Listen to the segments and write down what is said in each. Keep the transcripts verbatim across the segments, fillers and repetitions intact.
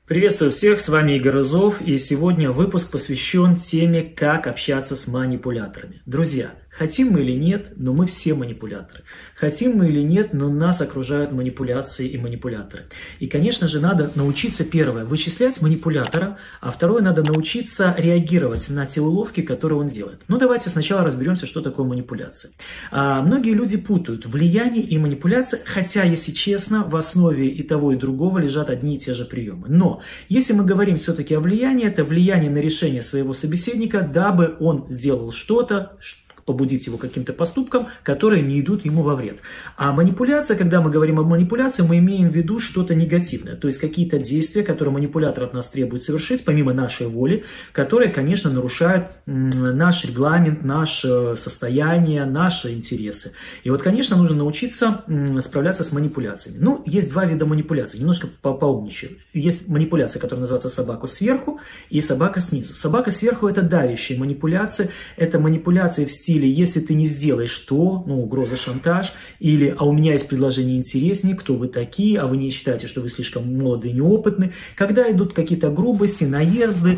Приветствую всех, с вами Игорь Рызов, и сегодня выпуск посвящен теме, как общаться с манипуляторами. Друзья, хотим мы или нет, но мы все манипуляторы. Хотим мы или нет, но нас окружают манипуляции и манипуляторы. И, конечно же, надо научиться, первое, вычислять манипулятора, а второе, надо научиться реагировать на те уловки, которые он делает. Ну, давайте сначала разберемся, что такое манипуляция. А, многие люди путают влияние и манипуляция, хотя, если честно, в основе и того, и другого лежат одни и те же приемы. Но если мы говорим все-таки о влиянии, это влияние на решение своего собеседника, дабы он сделал что-то, побудить его каким-то поступкам, которые не идут ему во вред. А манипуляция, когда мы говорим о манипуляции, мы имеем в виду что-то негативное, то есть какие-то действия, которые манипулятор от нас требует совершить, помимо нашей воли, которые, конечно, нарушают наш регламент, наше состояние, наши интересы. И вот, конечно, нужно научиться справляться с манипуляциями. Ну, есть два вида манипуляций, немножко по поумничаю. Есть манипуляция, которая называется собака сверху, и собака снизу. Собака сверху – это давящие манипуляции, это манипуляции в стиле или если ты не сделаешь то, ну, угроза, шантаж, или а у меня есть предложение интереснее, кто вы такие, а вы не считаете, что вы слишком молоды и неопытны. Когда идут какие-то грубости, наезды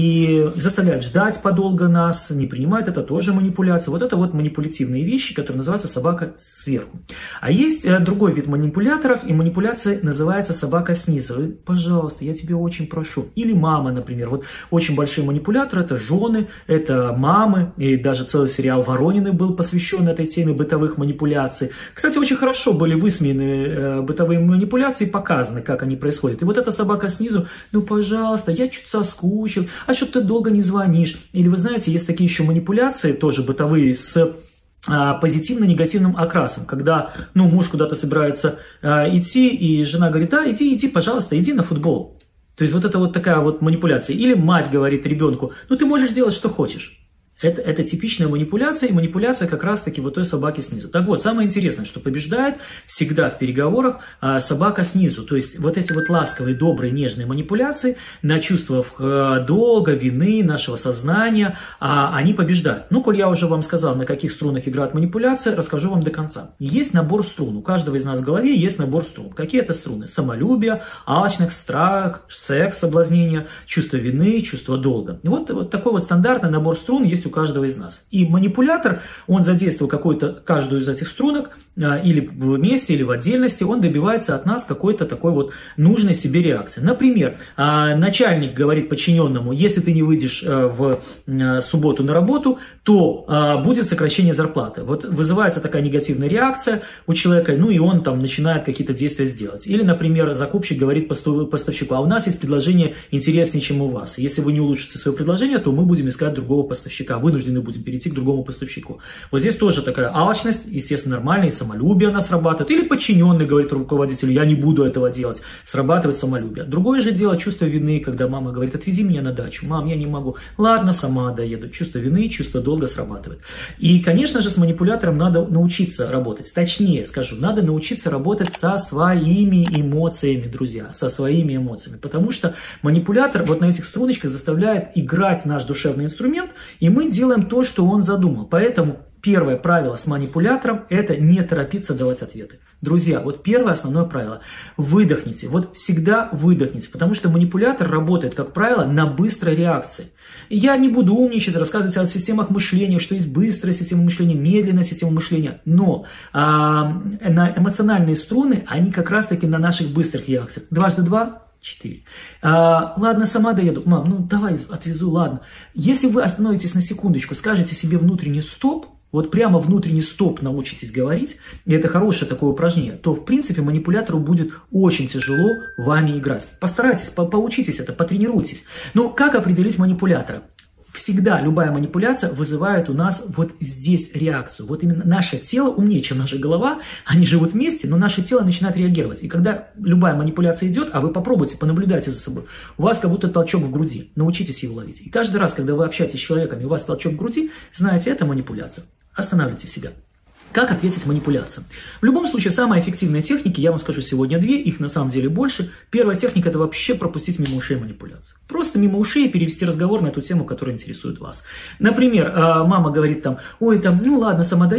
и заставляют ждать подолго нас, не принимают, это тоже манипуляция. Вот это вот манипулятивные вещи, которые называются собака сверху. А есть э, другой вид манипуляторов, и манипуляция называется собака снизу. Пожалуйста, я тебя очень прошу. Или мама, например. Вот очень большие манипуляторы, это жены, это мамы, и даже целый сериал Воронины был посвящен этой теме бытовых манипуляций. Кстати, очень хорошо были высмеяны э, бытовые манипуляции, показаны, как они происходят. И вот эта собака снизу, ну, пожалуйста, я чуть соскучил, а что ты долго не звонишь? Или вы знаете, есть такие еще манипуляции, тоже бытовые, с позитивно-негативным окрасом, когда, ну, муж куда-то собирается э, идти, и жена говорит, да, иди, иди, пожалуйста, иди на футбол. То есть вот это вот такая вот манипуляция. Или мать говорит ребенку, ну, ты можешь делать, что хочешь. Это, это типичная манипуляция, и манипуляция как раз-таки вот той собаки снизу. Так вот, самое интересное, что побеждает всегда в переговорах а, собака снизу. То есть вот эти вот ласковые, добрые, нежные манипуляции на чувствах а, долга, вины, нашего сознания, а, они побеждают. Ну, коль я уже вам сказал, на каких струнах играет манипуляция, расскажу вам до конца. Есть набор струн. У каждого из нас в голове есть набор струн. Какие это струны? Самолюбие, алчность, страх, секс, соблазнение, чувство вины, чувство долга. И вот, вот такой вот стандартный набор струн есть у каждого из нас. И манипулятор, он задействовал какую-то, каждую из этих струнок, или вместе, или в отдельности, он добивается от нас какой-то такой вот нужной себе реакции. Например, начальник говорит подчиненному, если ты не выйдешь в субботу на работу, то будет сокращение зарплаты. Вот вызывается такая негативная реакция у человека, ну и он там начинает какие-то действия сделать. Или, например, закупщик говорит поставщику, а у нас есть предложение интереснее, чем у вас. Если вы не улучшите свое предложение, то мы будем искать другого поставщика, вынуждены будем перейти к другому поставщику. Вот здесь тоже такая алчность, естественно, нормальная, самолюбие она срабатывает. Или подчиненный говорит руководителю, я не буду этого делать. Срабатывает самолюбие. Другое же дело чувство вины, когда мама говорит, отвези меня на дачу. Мам, я не могу. Ладно, сама доеду. Чувство вины, чувство долга срабатывает. И, конечно же, с манипулятором надо научиться работать. Точнее скажу, надо научиться работать со своими эмоциями, друзья. Со своими эмоциями. Потому что манипулятор вот на этих струночках заставляет играть наш душевный инструмент, и мы делаем то, что он задумал. Поэтому первое правило с манипулятором – это не торопиться давать ответы. Друзья, вот первое основное правило – выдохните. Вот всегда выдохните, потому что манипулятор работает, как правило, на быстрой реакции. Я не буду умничать, рассказывать о системах мышления, что есть быстрая система мышления, медленная система мышления. Но а, на эмоциональные струны, они как раз-таки на наших быстрых реакциях. Дважды два – четыре. А, ладно, сама доеду. Мам, ну давай отвезу, ладно. Если вы остановитесь на секундочку, скажете себе внутренний стоп, вот прямо внутренний стоп научитесь говорить, и это хорошее такое упражнение, то, в принципе, манипулятору будет очень тяжело вами играть. Постарайтесь, по поучитесь это, потренируйтесь. Но как определить манипулятора? Всегда любая манипуляция вызывает у нас вот здесь реакцию. Вот именно наше тело умнее, чем наша голова. Они живут вместе, но наше тело начинает реагировать. И когда любая манипуляция идет, а вы попробуйте, понаблюдайте за собой, у вас как будто толчок в груди. Научитесь его ловить. И каждый раз, когда вы общаетесь с человеком, и у вас толчок в груди, знаете, это манипуляция. Останавливайте себя. Как ответить манипуляциям? В любом случае, самые эффективные техники, я вам скажу сегодня две, их на самом деле больше. Первая техника – это вообще пропустить мимо ушей манипуляции. Просто мимо ушей перевести разговор на ту тему, которая интересует вас. Например, мама говорит там, ой, там, ну ладно, сама доеду.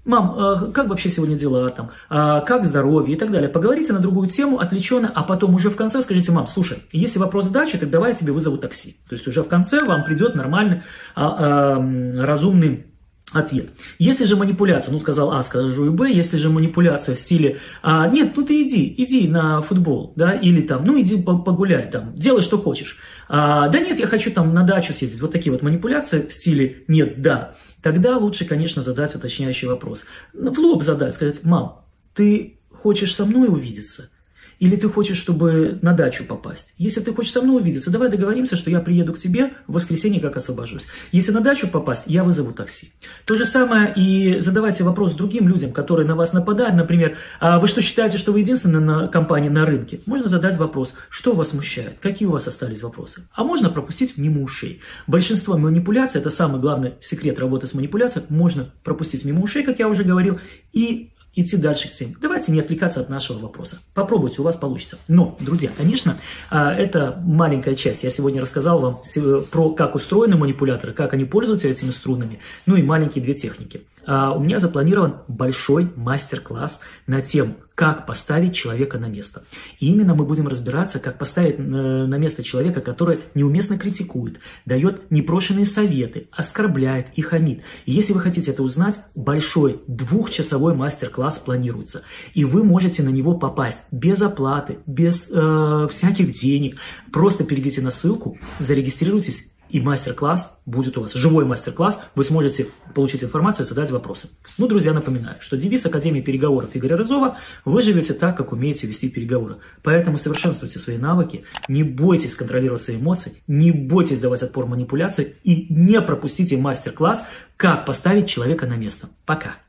Мам, как вообще сегодня дела, там, как здоровье и так далее. Поговорите на другую тему отвлеченно, а потом уже в конце скажите: мам, слушай, если вопрос дачи, так давай я тебе вызову такси. То есть уже в конце вам придет нормальный, разумный ответ. Если же манипуляция, ну сказал А, скажу и Б, если же манипуляция в стиле а, нет, ну ты иди, иди на футбол, да, или там, ну иди погуляй, там, делай что хочешь. А, да нет, я хочу там на дачу съездить. Вот такие вот манипуляции в стиле нет, да. Тогда лучше, конечно, задать уточняющий вопрос. В лоб задать, сказать: мам, ты хочешь со мной увидеться? Или ты хочешь, чтобы на дачу попасть? Если ты хочешь со мной увидеться, давай договоримся, что я приеду к тебе в воскресенье, как освобожусь. Если на дачу попасть, я вызову такси. То же самое и задавайте вопрос другим людям, которые на вас нападают. Например, а вы что, считаете, что вы единственная на компания на рынке? Можно задать вопрос: что вас смущает? Какие у вас остались вопросы? А можно пропустить мимо ушей. Большинство манипуляций, это самый главный секрет работы с манипуляцией, можно пропустить мимо ушей, как я уже говорил, и идти дальше к теме. Давайте не отвлекаться от нашего вопроса. Попробуйте, у вас получится. Но, друзья, конечно, это маленькая часть. Я сегодня рассказал вам про как устроены манипуляторы, как они пользуются этими струнами, ну и маленькие две техники. У меня запланирован большой мастер-класс на тему, как поставить человека на место. И именно мы будем разбираться, как поставить на место человека, который неуместно критикует, дает непрошенные советы, оскорбляет и хамит. И если вы хотите это узнать, большой двухчасовой мастер-класс планируется. И вы можете на него попасть без оплаты, без э, всяких денег. Просто перейдите на ссылку, зарегистрируйтесь, и мастер-класс будет у вас, живой мастер-класс, вы сможете получить информацию и задать вопросы. Ну, друзья, напоминаю, что девиз Академии переговоров Игоря Рызова: вы живете так, как умеете вести переговоры. Поэтому совершенствуйте свои навыки, не бойтесь контролировать свои эмоции, не бойтесь давать отпор манипуляции и не пропустите мастер-класс «Как поставить человека на место». Пока!